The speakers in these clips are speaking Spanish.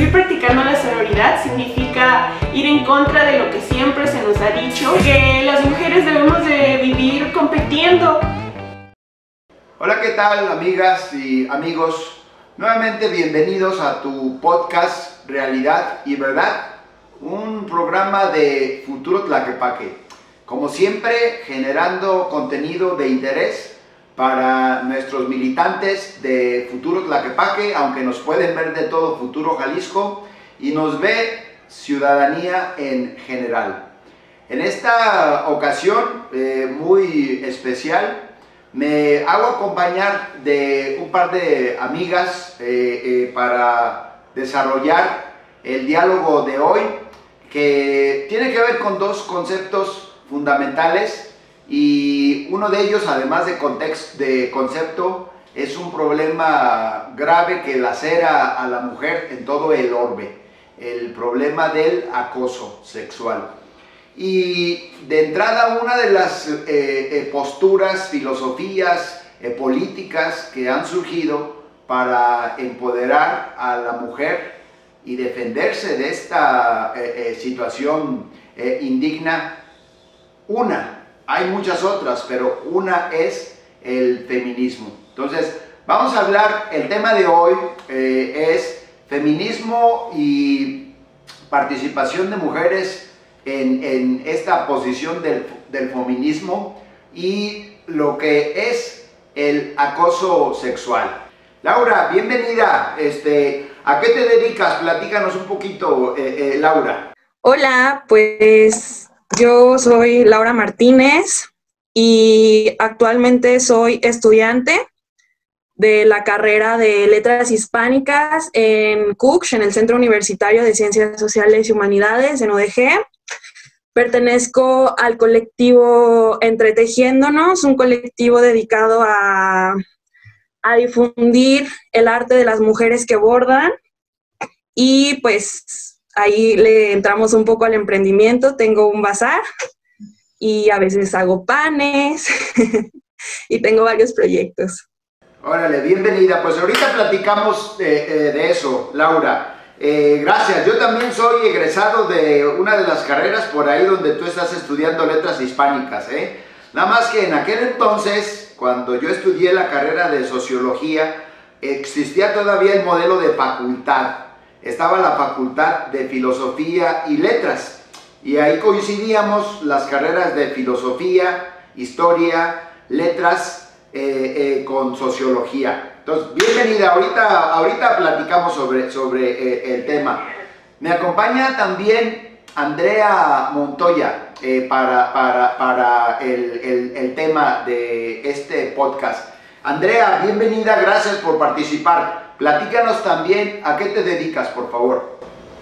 seguir practicando la sororidad significa ir en contra de lo que siempre se nos ha dicho, que las mujeres debemos de vivir compitiendo. Hola, ¿qué tal, amigas y amigos? Nuevamente bienvenidos a tu podcast Realidad y Verdad, un programa de Futuro Tlaquepaque. Como siempre, generando contenido de interés para nuestros militantes de Futuro Tlaquepaque, aunque nos pueden ver de todo Futuro Jalisco y nos ve ciudadanía en general. En esta ocasión muy especial, me hago acompañar de un par de amigas para desarrollar el diálogo de hoy, que tiene que ver con dos conceptos fundamentales, y uno de ellos, además de concepto, es un problema grave que lacera a la mujer en todo el orbe, el problema del acoso sexual. Y de entrada, una de las posturas, filosofías, políticas que han surgido para empoderar a la mujer y defenderse de esta situación indigna, hay muchas otras, pero una es el feminismo. Entonces, vamos a hablar, el tema de hoy es feminismo y participación de mujeres en esta posición del feminismo y lo que es el acoso sexual. Laura, bienvenida. ¿A qué te dedicas? Platícanos un poquito, Laura. Hola, pues yo soy Laura Martínez y actualmente soy estudiante de la carrera de Letras Hispánicas en CUCH, en el Centro Universitario de Ciencias Sociales y Humanidades, en UDG. Pertenezco al colectivo Entretejiéndonos, un colectivo dedicado a difundir el arte de las mujeres que bordan, y pues ahí le entramos un poco al emprendimiento. Tengo un bazar y a veces hago panes y tengo varios proyectos. Órale, bienvenida. Pues ahorita platicamos de eso, Laura. Gracias. Yo también soy egresado de una de las carreras por ahí donde tú estás estudiando Letras Hispánicas, Nada más que en aquel entonces, cuando yo estudié la carrera de Sociología, existía todavía el modelo de facultad. Estaba la Facultad de Filosofía y Letras, y ahí coincidíamos las carreras de Filosofía, Historia, Letras con Sociología. Entonces, bienvenida. Ahorita platicamos sobre el tema. Me acompaña también Andrea Montoya para el tema de este podcast. Andrea, bienvenida, gracias por participar. Platícanos también a qué te dedicas, por favor.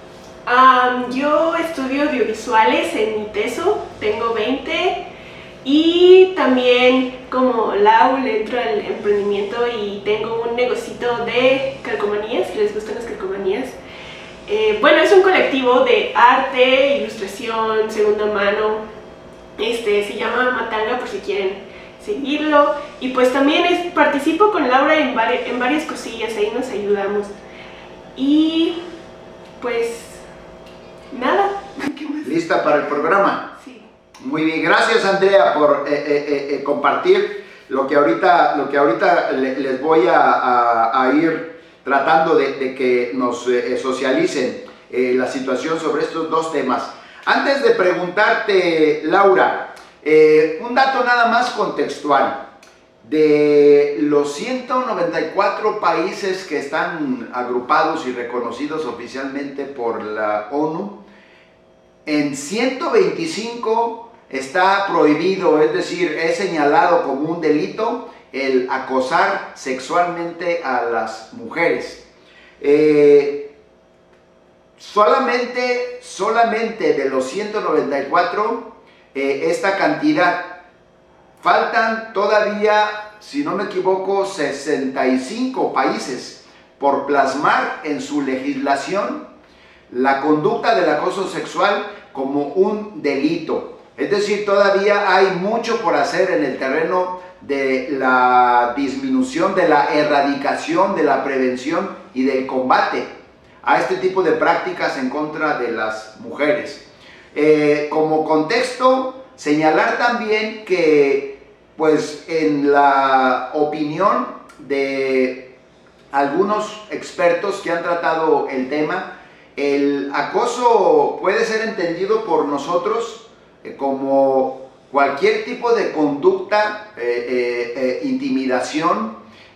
Yo estudio audiovisuales en ITESO, tengo 20, y también como Lau le entro al emprendimiento y tengo un negocito de calcomanías, si les gustan las calcomanías. Bueno, es un colectivo de arte, ilustración, segunda mano, se llama Matanga por si quieren seguirlo, y pues también participo con Laura en varias cosillas, ahí nos ayudamos. Y pues nada. ¿Lista para el programa? Sí. Muy bien, gracias, Andrea, por compartir lo que ahorita les voy a ir tratando de que nos socialicen la situación sobre estos dos temas. Antes de preguntarte, Laura, un dato nada más contextual. De los 194 países que están agrupados y reconocidos oficialmente por la ONU, en 125 está prohibido, es decir, es señalado como un delito el acosar sexualmente a las mujeres. Solamente de los 194, esta cantidad. Faltan todavía, si no me equivoco, 65 países por plasmar en su legislación la conducta del acoso sexual como un delito. Es decir, todavía hay mucho por hacer en el terreno de la disminución, de la erradicación, de la prevención y del combate a este tipo de prácticas en contra de las mujeres. Como contexto, señalar también que, pues, en la opinión de algunos expertos que han tratado el tema, el acoso puede ser entendido por nosotros como cualquier tipo de conducta, intimidación,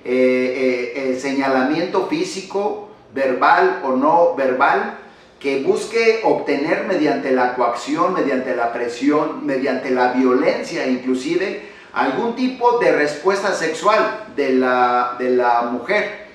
señalamiento físico, verbal o no verbal, que busque obtener mediante la coacción, mediante la presión, mediante la violencia inclusive, algún tipo de respuesta sexual de la mujer.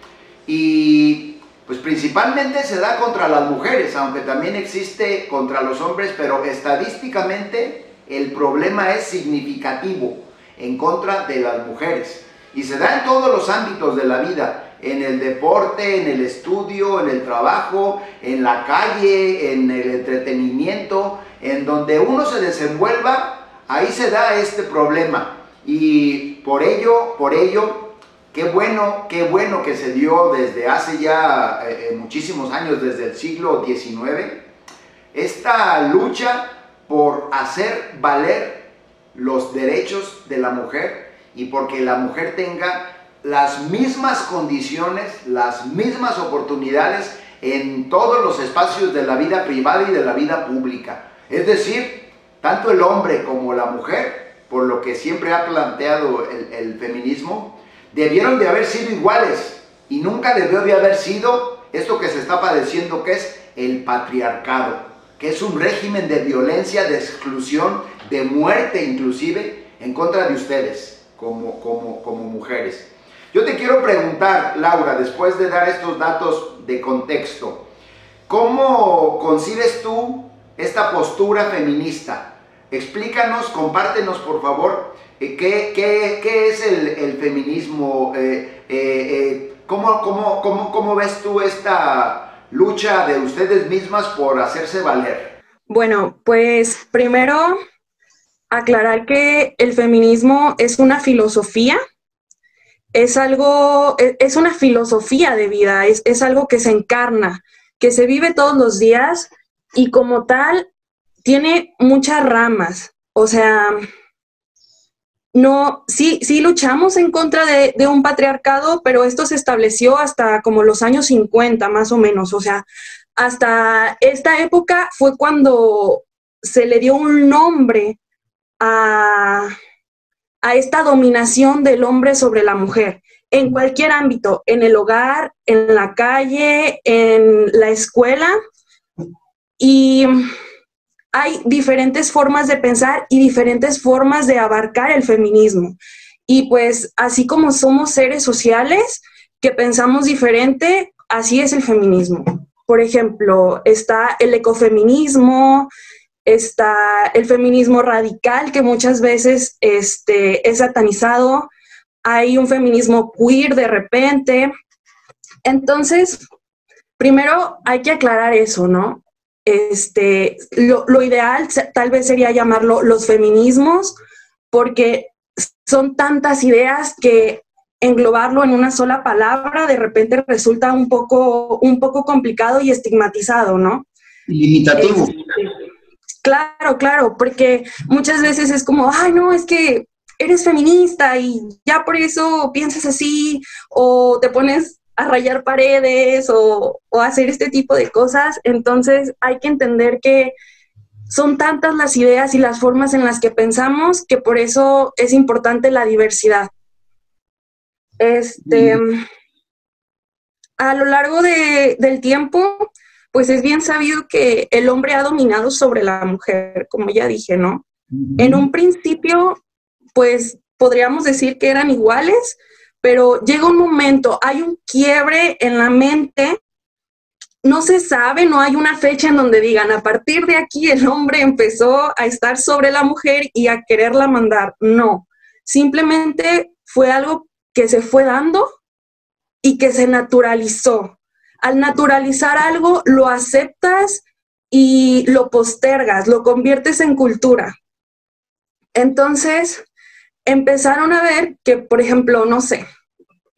Y pues principalmente se da contra las mujeres, aunque también existe contra los hombres, pero estadísticamente el problema es significativo en contra de las mujeres. Y se da en todos los ámbitos de la vida, en el deporte, en el estudio, en el trabajo, en la calle, en el entretenimiento, en donde uno se desenvuelva, ahí se da este problema. Y por ello, qué bueno que se dio desde hace ya muchísimos años, desde el siglo XIX, esta lucha por hacer valer los derechos de la mujer y porque la mujer tenga las mismas condiciones, las mismas oportunidades en todos los espacios de la vida privada y de la vida pública. Es decir, tanto el hombre como la mujer, por lo que siempre ha planteado el feminismo, debieron de haber sido iguales y nunca debió de haber sido esto que se está padeciendo, que es el patriarcado, que es un régimen de violencia, de exclusión, de muerte inclusive, en contra de ustedes como mujeres. Yo te quiero preguntar, Laura, después de dar estos datos de contexto, ¿cómo concibes tú esta postura feminista? Explícanos, compártenos por favor, ¿qué es el feminismo? ¿Cómo ves tú esta lucha de ustedes mismas por hacerse valer? Bueno, pues primero aclarar que el feminismo es una filosofía, es una filosofía de vida, es algo que se encarna, que se vive todos los días y como tal tiene muchas ramas. O sea, no, sí luchamos en contra de un patriarcado, pero esto se estableció hasta como los años 50 más o menos. O sea, hasta esta época fue cuando se le dio un nombre a esta dominación del hombre sobre la mujer, en cualquier ámbito, en el hogar, en la calle, en la escuela, y hay diferentes formas de pensar y diferentes formas de abarcar el feminismo. Y pues así como somos seres sociales que pensamos diferente, así es el feminismo. Por ejemplo, está el ecofeminismo, está el feminismo radical, que muchas veces es satanizado. Hay un feminismo queer de repente. Entonces, primero hay que aclarar eso, ¿no? Lo ideal tal vez sería llamarlo los feminismos, porque son tantas ideas que englobarlo en una sola palabra de repente resulta un poco complicado y estigmatizado, ¿no? Limitativo. Claro, porque muchas veces es como, ay, no, es que eres feminista y ya por eso piensas así, o te pones a rayar paredes o hacer este tipo de cosas. Entonces hay que entender que son tantas las ideas y las formas en las que pensamos que por eso es importante la diversidad. A lo largo del tiempo, pues es bien sabido que el hombre ha dominado sobre la mujer, como ya dije, ¿no? En un principio, pues podríamos decir que eran iguales, pero llega un momento, hay un quiebre en la mente, no se sabe, no hay una fecha en donde digan, a partir de aquí el hombre empezó a estar sobre la mujer y a quererla mandar. No, simplemente fue algo que se fue dando y que se naturalizó. Al naturalizar algo, lo aceptas y lo postergas, lo conviertes en cultura. Entonces, empezaron a ver que, por ejemplo, no sé,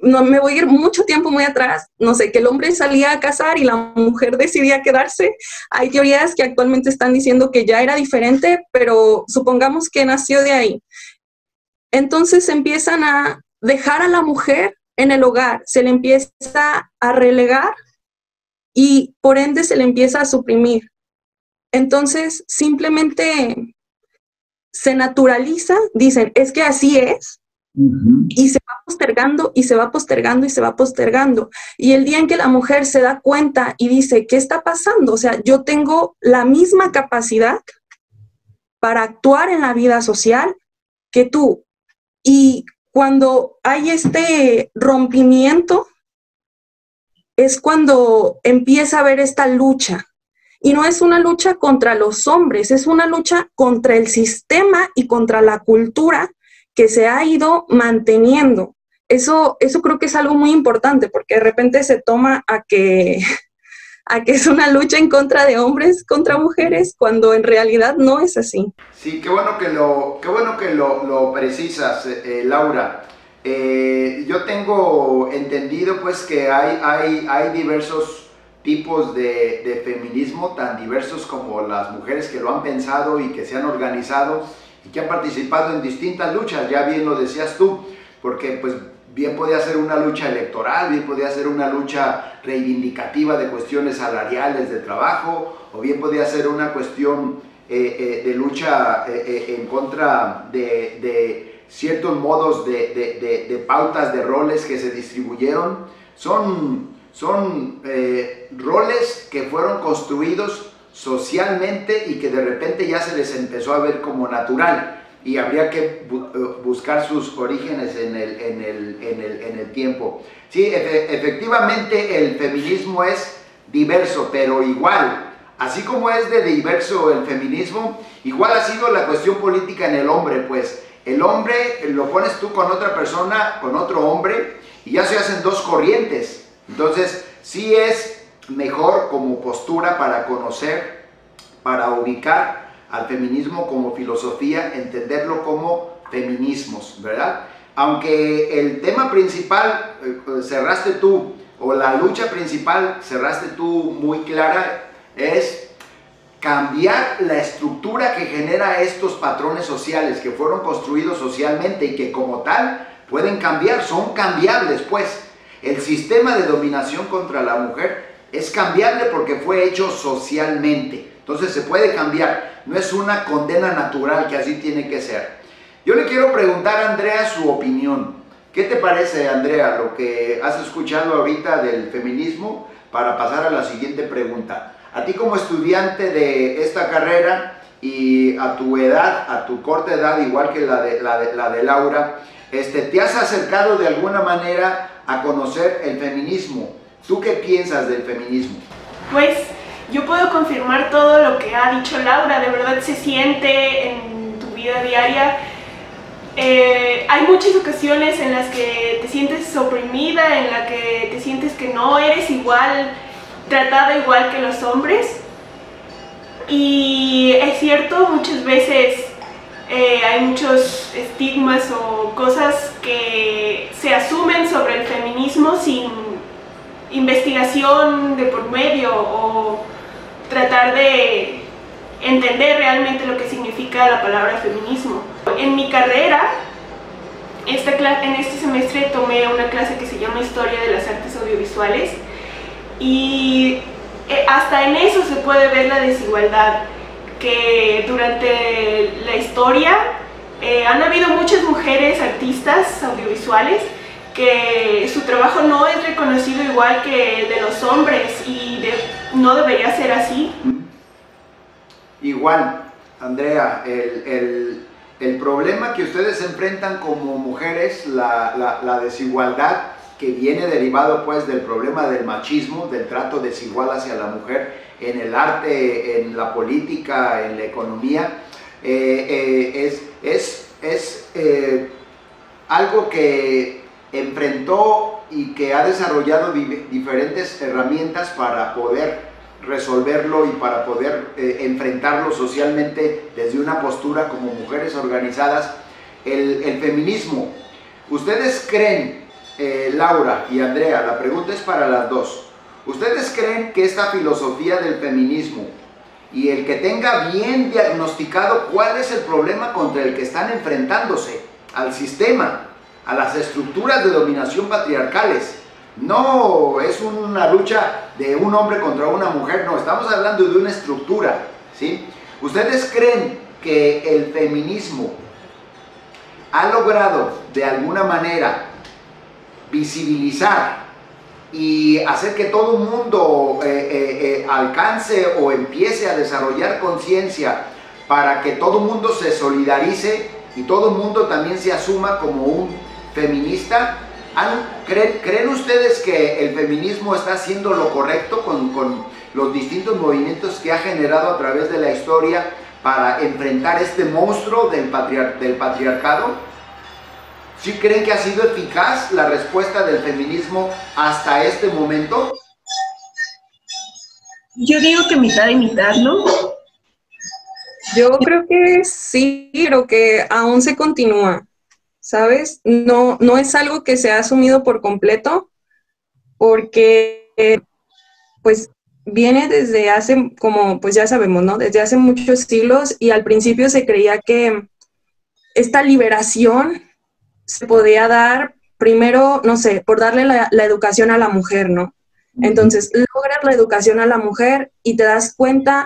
no me voy a ir mucho tiempo muy atrás, no sé, que el hombre salía a cazar y la mujer decidía quedarse. Hay teorías que actualmente están diciendo que ya era diferente, pero supongamos que nació de ahí. Entonces empiezan a dejar a la mujer en el hogar, se le empieza a relegar y por ende se le empieza a suprimir. Entonces simplemente se naturaliza, dicen, es que así es, y se va postergando y se va postergando y se va postergando. Y el día en que la mujer se da cuenta y dice, ¿qué está pasando? O sea, yo tengo la misma capacidad para actuar en la vida social que tú. Y cuando hay este rompimiento, es cuando empieza a haber esta lucha. Y no es una lucha contra los hombres, es una lucha contra el sistema y contra la cultura que se ha ido manteniendo. Eso creo que es algo muy importante, porque de repente se toma a que es una lucha en contra de hombres contra mujeres, cuando en realidad no es así. Sí, qué bueno que lo precisas, Laura. Yo tengo entendido pues que hay diversos tipos de feminismo, tan diversos como las mujeres que lo han pensado y que se han organizado y que han participado en distintas luchas. Ya bien lo decías tú, porque pues bien podía ser una lucha electoral, bien podía ser una lucha reivindicativa de cuestiones salariales de trabajo, o bien podía ser una cuestión de lucha en contra de ciertos modos de pautas de roles que se distribuyeron. Son roles que fueron construidos socialmente y que de repente ya se les empezó a ver como natural, y habría que buscar sus orígenes en el tiempo. Sí, efectivamente el feminismo es diverso, pero igual, así como es de diverso el feminismo, igual ha sido la cuestión política en el hombre. Pues el hombre lo pones tú con otra persona, con otro hombre, y ya se hacen dos corrientes. Entonces sí es mejor como postura para conocer, para ubicar al feminismo como filosofía, entenderlo como feminismos, ¿verdad? Aunque el tema principal cerraste tú, o la lucha principal cerraste tú muy clara, es cambiar la estructura que genera estos patrones sociales que fueron construidos socialmente y que como tal pueden cambiar, son cambiables pues. El sistema de dominación contra la mujer es cambiable porque fue hecho socialmente. Entonces se puede cambiar, no es una condena natural que así tiene que ser. Yo le quiero preguntar a Andrea su opinión. ¿Qué te parece, Andrea, lo que has escuchado ahorita del feminismo? Para pasar a la siguiente pregunta. A ti como estudiante de esta carrera y a tu edad, a tu corta edad, igual que la de Laura, ¿te has acercado de alguna manera a conocer el feminismo? ¿Tú qué piensas del feminismo? Pues yo puedo confirmar todo lo que ha dicho Laura. De verdad se siente en tu vida diaria. Hay muchas ocasiones en las que te sientes oprimida, en las que te sientes que no eres igual, tratada igual que los hombres. Y es cierto, muchas veces hay muchos estigmas o cosas que se asumen sobre el feminismo sin investigación de por medio o tratar de entender realmente lo que significa la palabra feminismo. En mi carrera, en este semestre tomé una clase que se llama Historia de las Artes Audiovisuales, y hasta en eso se puede ver la desigualdad, que durante la historia han habido muchas mujeres artistas audiovisuales que su trabajo no es reconocido igual que el de los hombres, y no debería ser así. Igual, Andrea, el problema que ustedes enfrentan como mujeres, la desigualdad que viene derivado pues del problema del machismo, del trato desigual hacia la mujer en el arte, en la política, en la economía, es algo que enfrentó y que ha desarrollado diferentes herramientas para poder resolverlo y para poder enfrentarlo socialmente desde una postura como mujeres organizadas. El feminismo, ¿ustedes creen Laura y Andrea, la pregunta es para las dos. ¿Ustedes creen que esta filosofía del feminismo y el que tenga bien diagnosticado cuál es el problema contra el que están enfrentándose, al sistema, a las estructuras de dominación patriarcales? No es una lucha de un hombre contra una mujer, no, estamos hablando de una estructura, ¿sí? ¿Ustedes creen que el feminismo ha logrado de alguna manera visibilizar y hacer que todo el mundo alcance o empiece a desarrollar conciencia para que todo el mundo se solidarice y todo el mundo también se asuma como un feminista? ¿Creen ustedes que el feminismo está haciendo lo correcto con los distintos movimientos que ha generado a través de la historia para enfrentar este monstruo del patriarcado? ¿Sí creen que ha sido eficaz la respuesta del feminismo hasta este momento? Yo digo que mitad y mitad, ¿no? Yo creo que sí, pero que aún se continúa, ¿sabes? No, no es algo que se ha asumido por completo, porque pues viene desde hace, como pues ya sabemos, ¿no? Desde hace muchos siglos, y al principio se creía que esta liberación se podía dar primero, no sé, por darle la educación a la mujer, ¿no? Entonces, logras la educación a la mujer y te das cuenta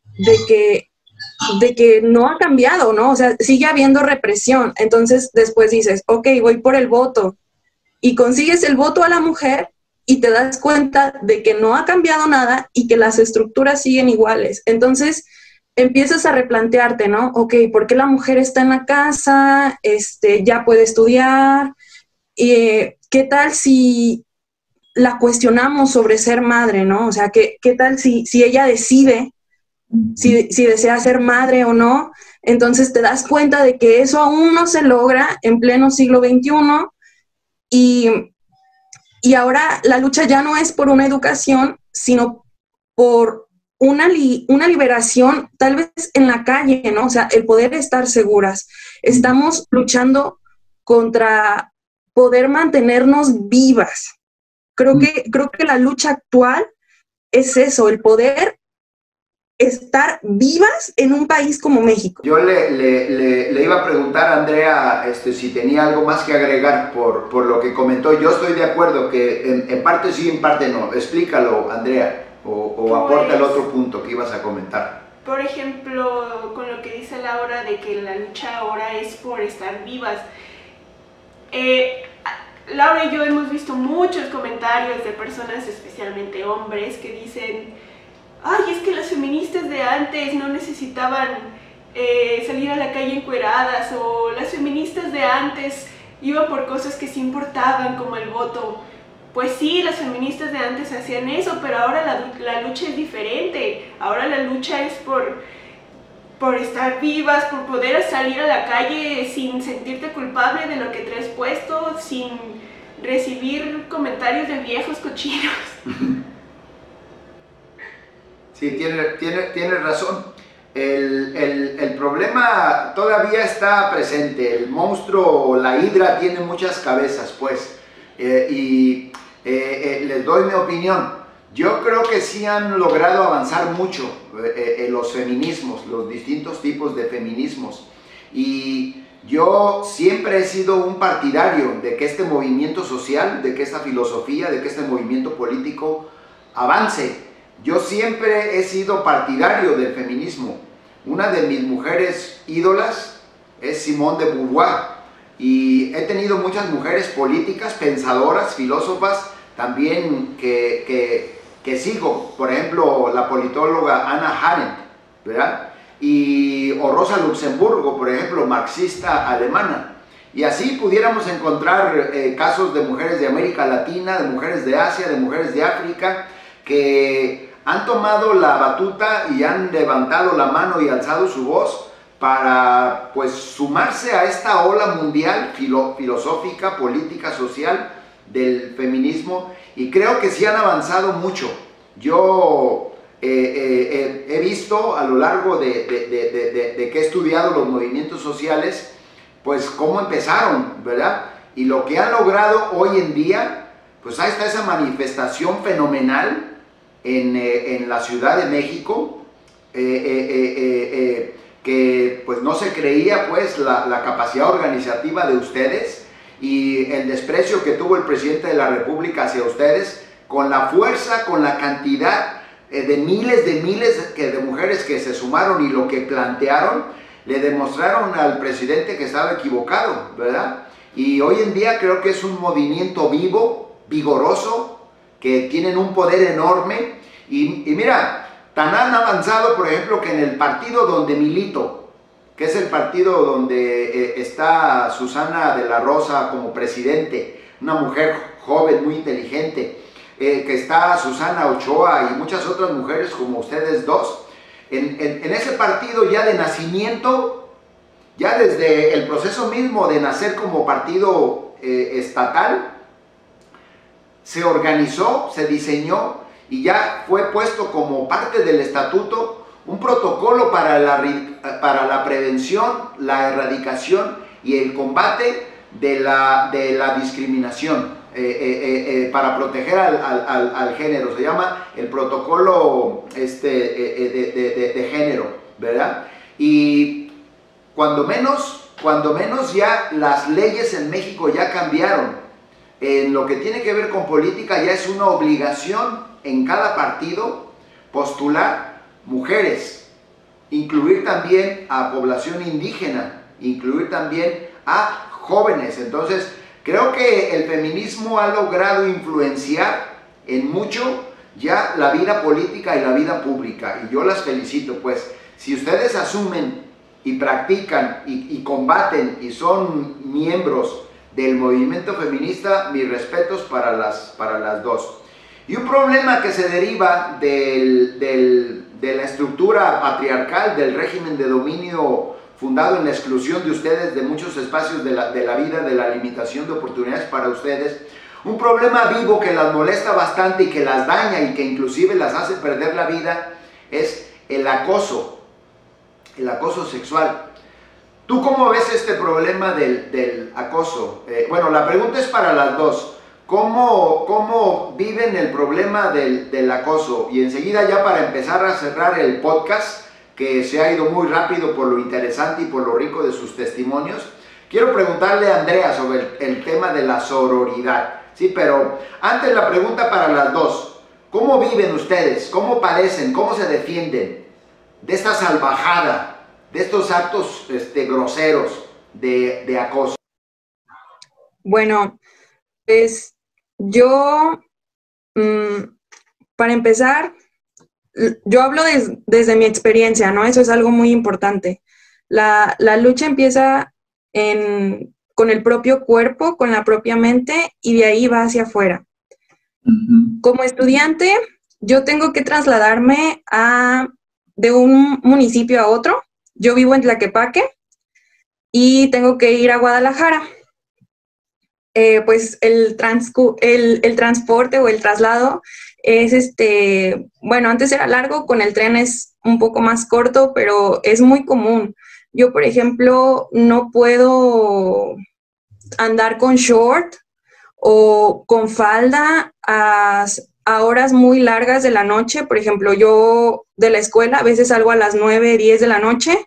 de que no ha cambiado, ¿no? O sea, sigue habiendo represión. Entonces, después dices, ok, voy por el voto. Y consigues el voto a la mujer y te das cuenta de que no ha cambiado nada y que las estructuras siguen iguales. Entonces, empiezas a replantearte, ¿no? Ok, ¿por qué la mujer está en la casa? Ya puede estudiar. ¿Qué tal si la cuestionamos sobre ser madre, ¿no? O sea, ¿qué tal si ella decide si desea ser madre o no? Entonces te das cuenta de que eso aún no se logra en pleno siglo XXI, y ahora la lucha ya no es por una educación, sino por una liberación, tal vez en la calle, ¿no? O sea, el poder estar seguras. Estamos luchando contra poder mantenernos vivas. Creo que la lucha actual es eso, el poder estar vivas en un país como México. Yo le iba a preguntar a Andrea si tenía algo más que agregar por lo que comentó. Yo estoy de acuerdo que en parte sí, en parte no. Explícalo, Andrea, o aporta el otro punto que ibas a comentar. Por ejemplo, con lo que dice Laura de que la lucha ahora es por estar vivas. Laura y yo hemos visto muchos comentarios de personas, especialmente hombres, que dicen: ay, es que las feministas de antes no necesitaban salir a la calle encueradas, o las feministas de antes iban por cosas que sí importaban, como el voto. Pues sí, las feministas de antes hacían eso, pero ahora la lucha es diferente. Ahora la lucha es por estar vivas, por poder salir a la calle sin sentirte culpable de lo que traes puesto, sin recibir comentarios de viejos cochinos. Sí, tiene razón. El problema todavía está presente. El monstruo, la hidra, tiene muchas cabezas, pues. Les doy mi opinión. Yo creo que sí han logrado avanzar mucho los feminismos, los distintos tipos de feminismos. Y yo siempre he sido un partidario de que este movimiento social, de que esta filosofía, de que este movimiento político avance. Yo siempre he sido partidario del feminismo. Una de mis mujeres ídolas es Simone de Beauvoir. Y he tenido muchas mujeres políticas, pensadoras, filósofas, también que sigo. Por ejemplo, la politóloga Hannah Arendt, ¿verdad? O Rosa Luxemburgo, por ejemplo, marxista alemana. Y así pudiéramos encontrar casos de mujeres de América Latina, de mujeres de Asia, de mujeres de África, que han tomado la batuta y han levantado la mano y alzado su voz para, pues, sumarse a esta ola mundial filosófica, política, social del feminismo, y creo que sí han avanzado mucho. Yo he visto a lo largo de que he estudiado los movimientos sociales, pues cómo empezaron, ¿verdad? y lo que han logrado hoy en día, pues ahí está esa manifestación fenomenal en la Ciudad de México, que pues no se creía pues la capacidad organizativa de ustedes y el desprecio que tuvo el presidente de la República hacia ustedes, con la fuerza, con la cantidad de miles de mujeres que se sumaron y lo que plantearon, le demostraron al presidente que estaba equivocado, ¿verdad? Y hoy en día creo que es un movimiento vivo, vigoroso, que tienen un poder enorme. Y mira, tan han avanzado, por ejemplo, que en el partido donde milito, que es el partido donde está Susana de la Rosa como presidente, una mujer joven, muy inteligente, que está Susana Ochoa y muchas otras mujeres como ustedes dos, en ese partido ya de nacimiento, ya desde el proceso mismo de nacer como partido estatal, se organizó, se diseñó y ya fue puesto como parte del estatuto un protocolo para la prevención, la erradicación y el combate de la discriminación, para proteger al género. Se llama el protocolo de género, ¿verdad? Y cuando menos ya las leyes en México ya cambiaron. En lo que tiene que ver con política ya es una obligación en cada partido postular mujeres, incluir también a población indígena, incluir también a jóvenes. Entonces, creo que el feminismo ha logrado influenciar en mucho ya la vida política y la vida pública. Y yo las felicito, pues, si ustedes asumen y practican y combaten y son miembros del movimiento feminista, mis respetos para las dos. Y un problema que se deriva de la estructura patriarcal, del régimen de dominio fundado en la exclusión de ustedes de muchos espacios de la vida, de la limitación de oportunidades para ustedes, un problema vivo que las molesta bastante y que las daña y que inclusive las hace perder la vida, es el acoso sexual. ¿Tú cómo ves este problema del acoso? Bueno, la pregunta es para las dos. ¿Cómo viven el problema del acoso? Y enseguida, ya para empezar a cerrar el podcast, que se ha ido muy rápido por lo interesante y por lo rico de sus testimonios, quiero preguntarle a Andrea sobre el tema de la sororidad. Sí, pero antes la pregunta para las dos. ¿Cómo viven ustedes? ¿Cómo padecen? ¿Cómo se defienden de esta salvajada, de estos actos groseros de acoso? Bueno, pues yo, para empezar, yo hablo desde mi experiencia, ¿no? Eso es algo muy importante. La lucha empieza con el propio cuerpo, con la propia mente, y de ahí va hacia afuera. Como estudiante, yo tengo que trasladarme de un municipio a otro. Yo vivo en Tlaquepaque y tengo que ir a Guadalajara. Pues el transporte o el traslado es bueno, antes era largo, con el tren es un poco más corto, pero es muy común. Yo, por ejemplo, no puedo andar con short o con falda a horas muy largas de la noche. Por ejemplo, yo de la escuela a veces salgo a las 9, 10 de la noche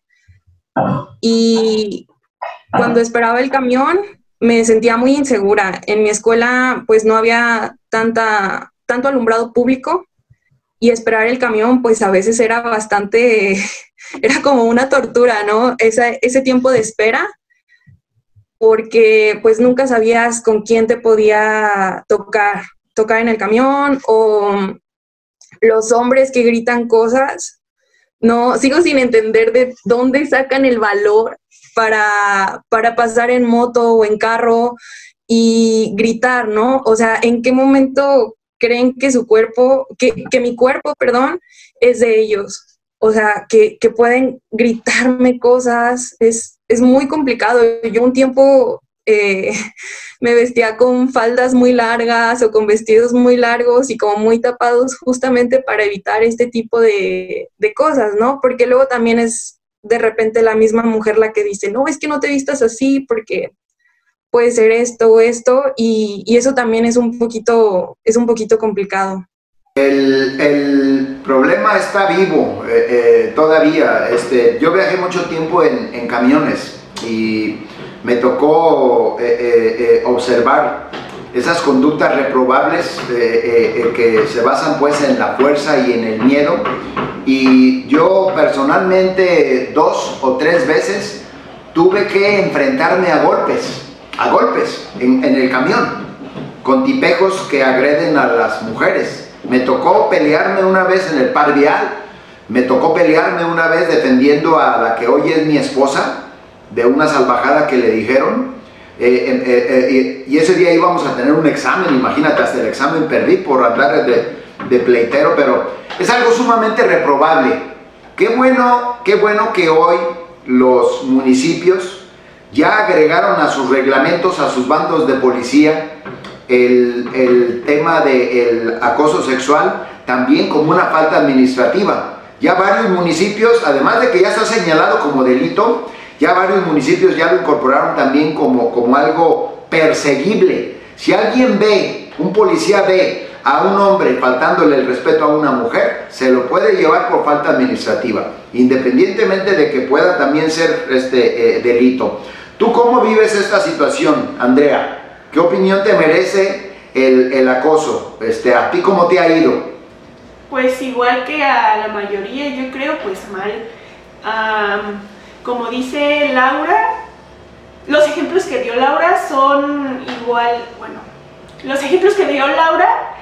y cuando esperaba el camión me sentía muy insegura. En mi escuela pues no había tanto alumbrado público y esperar el camión pues a veces era era como una tortura, ¿no? Ese tiempo de espera, porque pues nunca sabías con quién te podía tocar en el camión, o los hombres que gritan cosas. No, sigo sin entender de dónde sacan el valor para pasar en moto o en carro y gritar, ¿no? O sea, ¿en qué momento creen que que mi cuerpo, perdón, es de ellos? O sea, que pueden gritarme cosas, es muy complicado. Yo un tiempo me vestía con faldas muy largas o con vestidos muy largos y como muy tapados, justamente para evitar este tipo de cosas, ¿no? Porque luego también es de repente la misma mujer la que dice, no, es que no te vistas así porque puede ser esto o esto, y eso también es un poquito complicado. El problema está vivo todavía. Yo viajé mucho tiempo en camiones y me tocó observar esas conductas reprobables que se basan pues en la fuerza y en el miedo. Y yo personalmente 2 o 3 veces tuve que enfrentarme a golpes en el camión, con tipejos que agreden a las mujeres. Me tocó pelearme una vez en el par vial, me tocó pelearme una vez defendiendo a la que hoy es mi esposa, de una salvajada que le dijeron, y ese día íbamos a tener un examen, imagínate, hasta el examen perdí por andar de pleitero, pero es algo sumamente reprobable. Qué bueno que hoy los municipios ya agregaron a sus reglamentos, a sus bandos de policía, el tema del acoso sexual también como una falta administrativa. Ya varios municipios, además de que ya está señalado como delito, ya varios municipios ya lo incorporaron también como algo perseguible. Si alguien un policía ve a un hombre faltándole el respeto a una mujer, se lo puede llevar por falta administrativa, independientemente de que pueda también ser delito. ¿Tú cómo vives esta situación, Andrea? ¿Qué opinión te merece el acoso? ¿A ti cómo te ha ido? Pues igual que a la mayoría, yo creo, pues mal. Como dice Laura, los ejemplos que dio Laura son igual, bueno, los ejemplos que dio Laura,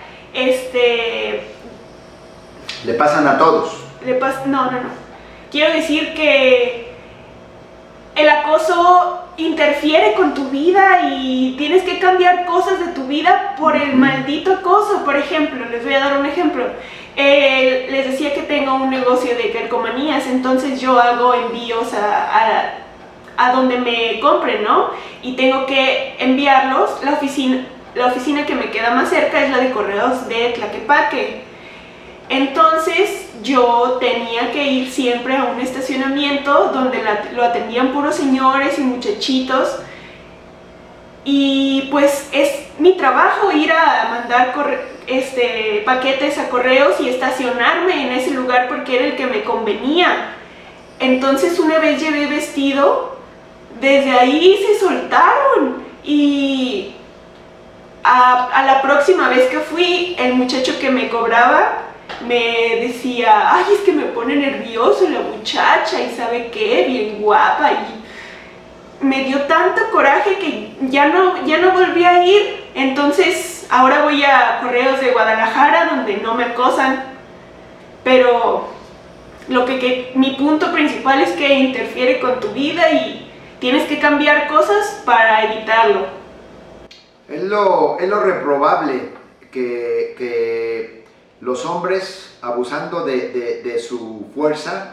le pasan a todos. No. Quiero decir que el acoso interfiere con tu vida y tienes que cambiar cosas de tu vida por el maldito acoso. Por ejemplo, les voy a dar un ejemplo. Les decía que tengo un negocio de calcomanías, entonces yo hago envíos a donde me compren, ¿no? Y tengo que enviarlos. La oficina que me queda más cerca es la de correos de Tlaquepaque. Entonces yo tenía que ir siempre a un estacionamiento donde lo atendían puros señores y muchachitos, y pues es mi trabajo ir a mandar paquetes a correos y estacionarme en ese lugar porque era el que me convenía. Entonces una vez llevé vestido, desde ahí se soltaron, y a la próxima vez que fui, el muchacho que me cobraba me decía, ay, es que me pone nervioso la muchacha y sabe qué, bien guapa, y me dio tanto coraje que ya no volví a ir. Entonces ahora voy a correos de Guadalajara donde no me acosan, pero mi punto principal es que interfiere con tu vida y tienes que cambiar cosas para evitarlo. Es lo reprobable que los hombres, abusando de su fuerza,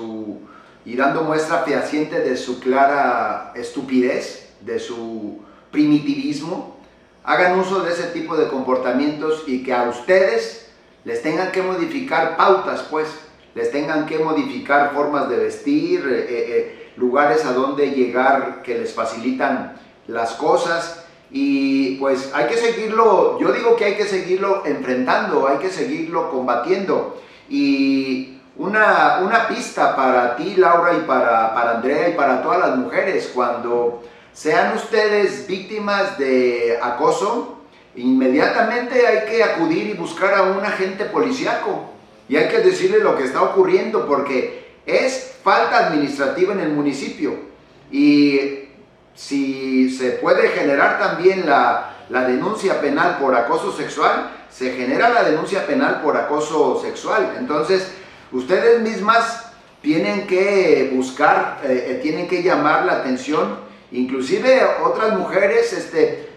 y dando muestra fehaciente de su clara estupidez, de su primitivismo, hagan uso de ese tipo de comportamientos y que a ustedes les tengan que modificar pautas, pues, les tengan que modificar formas de vestir, lugares a donde llegar que les facilitan las cosas. Y pues hay que seguirlo, yo digo que hay que seguirlo enfrentando, hay que seguirlo combatiendo. Y una pista para ti, Laura, y para Andrea y para todas las mujeres: cuando sean ustedes víctimas de acoso, inmediatamente hay que acudir y buscar a un agente policíaco y hay que decirle lo que está ocurriendo, porque es falta administrativa en el municipio. Y si se puede generar también la denuncia penal por acoso sexual, se genera la denuncia penal por acoso sexual. Entonces, ustedes mismas tienen que buscar, tienen que llamar la atención, inclusive otras mujeres,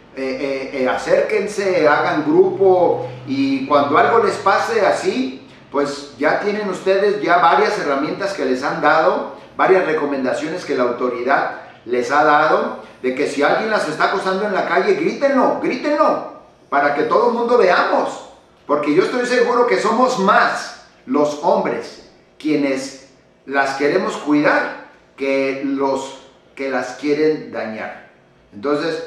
acérquense, hagan grupo, y cuando algo les pase así, pues ya tienen ustedes ya varias herramientas que les han dado, varias recomendaciones que la autoridad les ha dado, de que si alguien las está acosando en la calle, grítenlo, para que todo el mundo veamos, porque yo estoy seguro que somos más los hombres quienes las queremos cuidar que los que las quieren dañar. Entonces,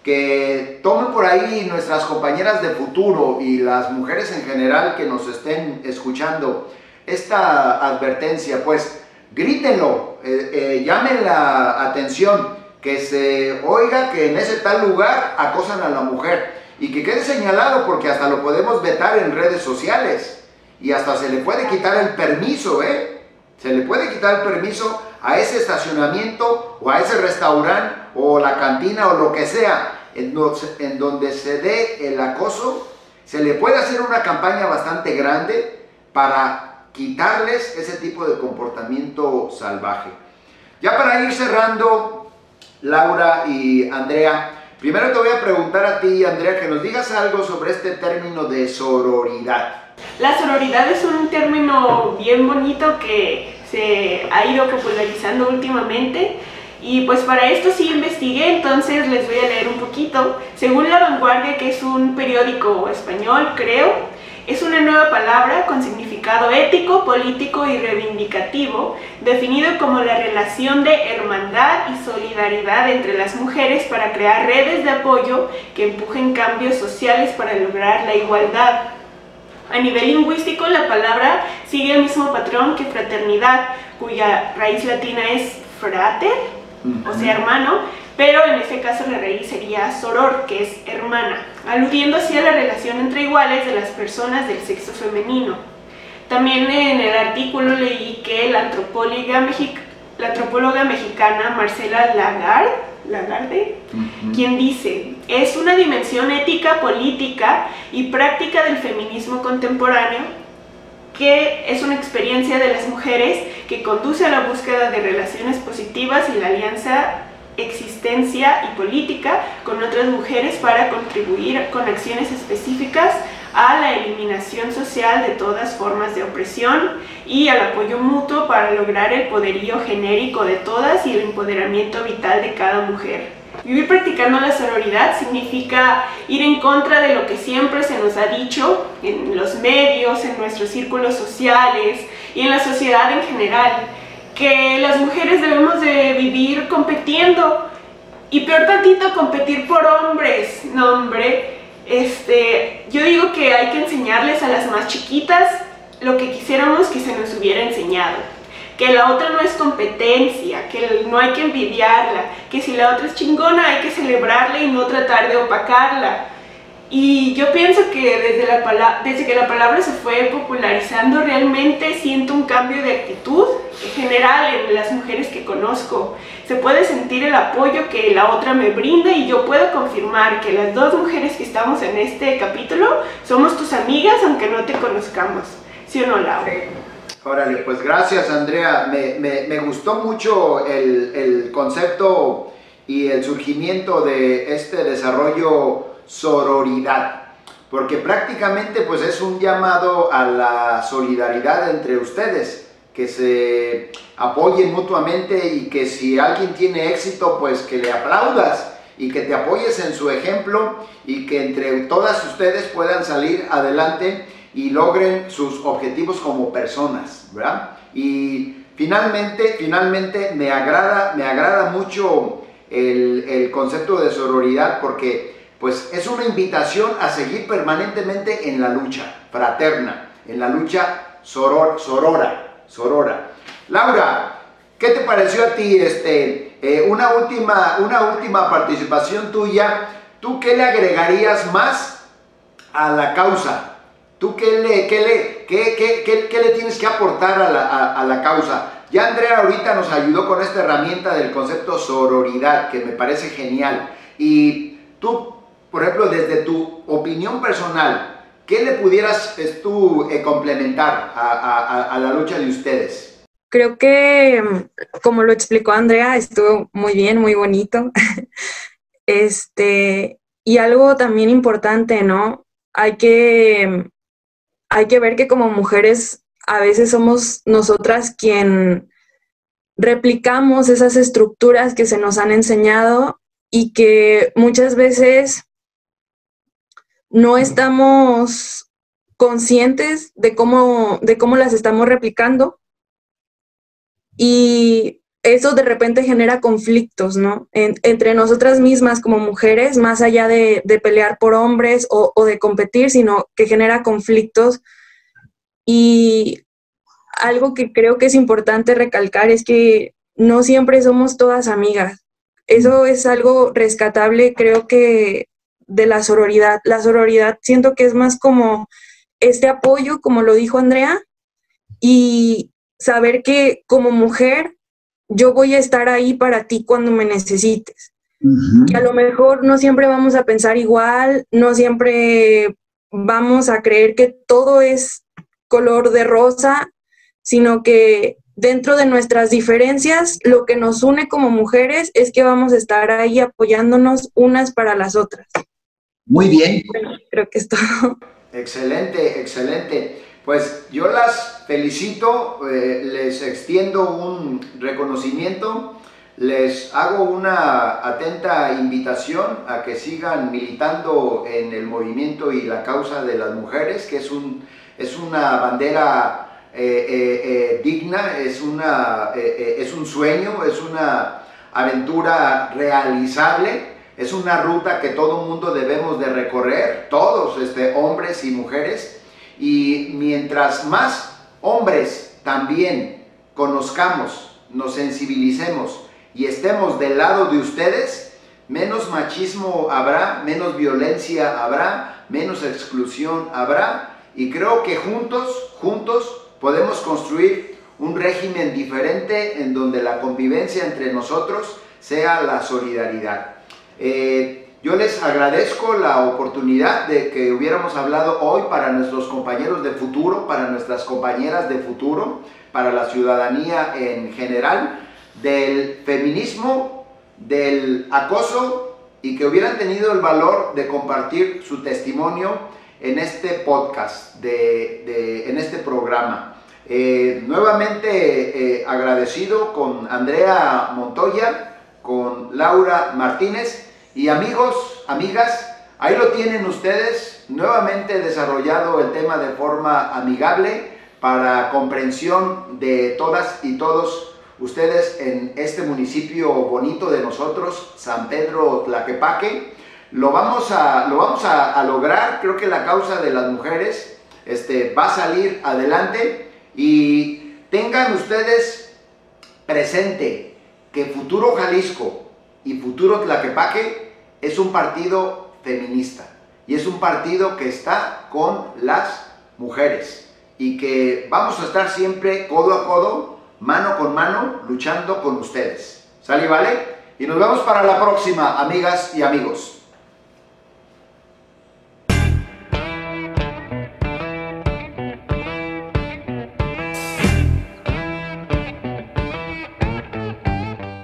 que tomen por ahí nuestras compañeras de futuro y las mujeres en general que nos estén escuchando esta advertencia, pues grítenlo, llamen la atención, que se oiga que en ese tal lugar acosan a la mujer y que quede señalado, porque hasta lo podemos vetar en redes sociales y hasta se le puede quitar el permiso, se le puede quitar el permiso a ese estacionamiento o a ese restaurante o la cantina o lo que sea en donde se dé el acoso. Se le puede hacer una campaña bastante grande para quitarles ese tipo de comportamiento salvaje. Ya para ir cerrando, Laura y Andrea, primero te voy a preguntar a ti, Andrea, que nos digas algo sobre este término de sororidad. La sororidad es un término bien bonito que se ha ido popularizando últimamente, y pues para esto sí investigué, entonces les voy a leer un poquito. Según La Vanguardia, que es un periódico español, creo, es una nueva palabra con significado ético, político y reivindicativo, definido como la relación de hermandad y solidaridad entre las mujeres para crear redes de apoyo que empujen cambios sociales para lograr la igualdad. A nivel lingüístico, la palabra sigue el mismo patrón que fraternidad, cuya raíz latina es frater, o sea, hermano, pero en este caso la raíz sería soror, que es hermana, aludiendo así a la relación entre iguales de las personas del sexo femenino. También en el artículo leí que la antropóloga mexicana Marcela Lagarde, quien dice: es una dimensión ética, política y práctica del feminismo contemporáneo, que es una experiencia de las mujeres que conduce a la búsqueda de relaciones positivas y la alianza, existencia y política con otras mujeres para contribuir con acciones específicas a la eliminación social de todas formas de opresión y al apoyo mutuo para lograr el poderío genérico de todas y el empoderamiento vital de cada mujer. Vivir practicando la sororidad significa ir en contra de lo que siempre se nos ha dicho en los medios, en nuestros círculos sociales y en la sociedad en general, que las mujeres debemos de vivir compitiendo, y peor tantito, competir por hombres. No, hombre, yo digo que hay que enseñarles a las más chiquitas lo que quisiéramos que se nos hubiera enseñado. Que la otra no es competencia, que no hay que envidiarla, que si la otra es chingona hay que celebrarla y no tratar de opacarla. Y yo pienso que desde que la palabra se fue popularizando, realmente siento un cambio de actitud en general en las mujeres que conozco. Se puede sentir el apoyo que la otra me brinda, y yo puedo confirmar que las dos mujeres que estamos en este capítulo somos tus amigas aunque no te conozcamos. ¿Sí o no, Laura? Órale, pues gracias, Andrea. Me gustó mucho el concepto y el surgimiento de este desarrollo sororidad, porque prácticamente pues es un llamado a la solidaridad entre ustedes, que se apoyen mutuamente y que si alguien tiene éxito, pues que le aplaudas y que te apoyes en su ejemplo, y que entre todas ustedes puedan salir adelante y logren sus objetivos como personas, ¿verdad? Y finalmente me agrada mucho el concepto de sororidad, porque pues es una invitación a seguir permanentemente en la lucha fraterna, en la lucha sorora. Laura, ¿qué te pareció a ti una última participación tuya? ¿Tú qué le agregarías más a la causa? ¿Tú qué le tienes que aportar a la causa? Ya Andrea ahorita nos ayudó con esta herramienta del concepto sororidad, que me parece genial. Y tú, por ejemplo, desde tu opinión personal, ¿qué le pudieras tú complementar a la lucha de ustedes? Creo que, como lo explicó Andrea, estuvo muy bien, muy bonito. Y algo también importante, ¿no? Hay que ver que como mujeres a veces somos nosotras quien replicamos esas estructuras que se nos han enseñado, y que muchas veces no estamos conscientes de cómo las estamos replicando. Y eso de repente genera conflictos, ¿no? Entre nosotras mismas como mujeres, más allá de pelear por hombres o de competir, sino que genera conflictos. Y algo que creo que es importante recalcar es que no siempre somos todas amigas. Eso es algo rescatable, creo que, de la sororidad. La sororidad siento que es más como este apoyo, como lo dijo Andrea, y saber que como mujer yo voy a estar ahí para ti cuando me necesites. Y a lo mejor no siempre vamos a pensar igual, no siempre vamos a creer que todo es color de rosa, sino que dentro de nuestras diferencias, lo que nos une como mujeres es que vamos a estar ahí apoyándonos unas para las otras. Muy bien. Bueno, creo que es todo. Excelente, excelente. Pues yo las felicito, les extiendo un reconocimiento, les hago una atenta invitación a que sigan militando en el movimiento y la causa de las mujeres, que es una bandera digna, es un sueño, es una aventura realizable. Es una ruta que todo mundo debemos de recorrer, todos, hombres y mujeres, y mientras más hombres también conozcamos, nos sensibilicemos y estemos del lado de ustedes, menos machismo habrá, menos violencia habrá, menos exclusión habrá, y creo que juntos podemos construir un régimen diferente en donde la convivencia entre nosotros sea la solidaridad. Yo les agradezco la oportunidad de que hubiéramos hablado hoy para nuestros compañeros de futuro, para nuestras compañeras de futuro, para la ciudadanía en general, del feminismo, del acoso, y que hubieran tenido el valor de compartir su testimonio en este podcast, en este programa. Nuevamente agradecido con Andrea Montoya, con Laura Martínez, y amigos, amigas, ahí lo tienen ustedes, nuevamente desarrollado el tema de forma amigable para comprensión de todas y todos ustedes en este municipio bonito de nosotros, San Pedro Tlaquepaque. Lo vamos a lograr. Creo que la causa de las mujeres va a salir adelante, y tengan ustedes presente que Futuro Jalisco y Futuro Tlaquepaque es un partido feminista, y es un partido que está con las mujeres, y que vamos a estar siempre codo a codo, mano con mano, luchando con ustedes. ¿Sale y vale? Y nos vemos para la próxima, amigas y amigos.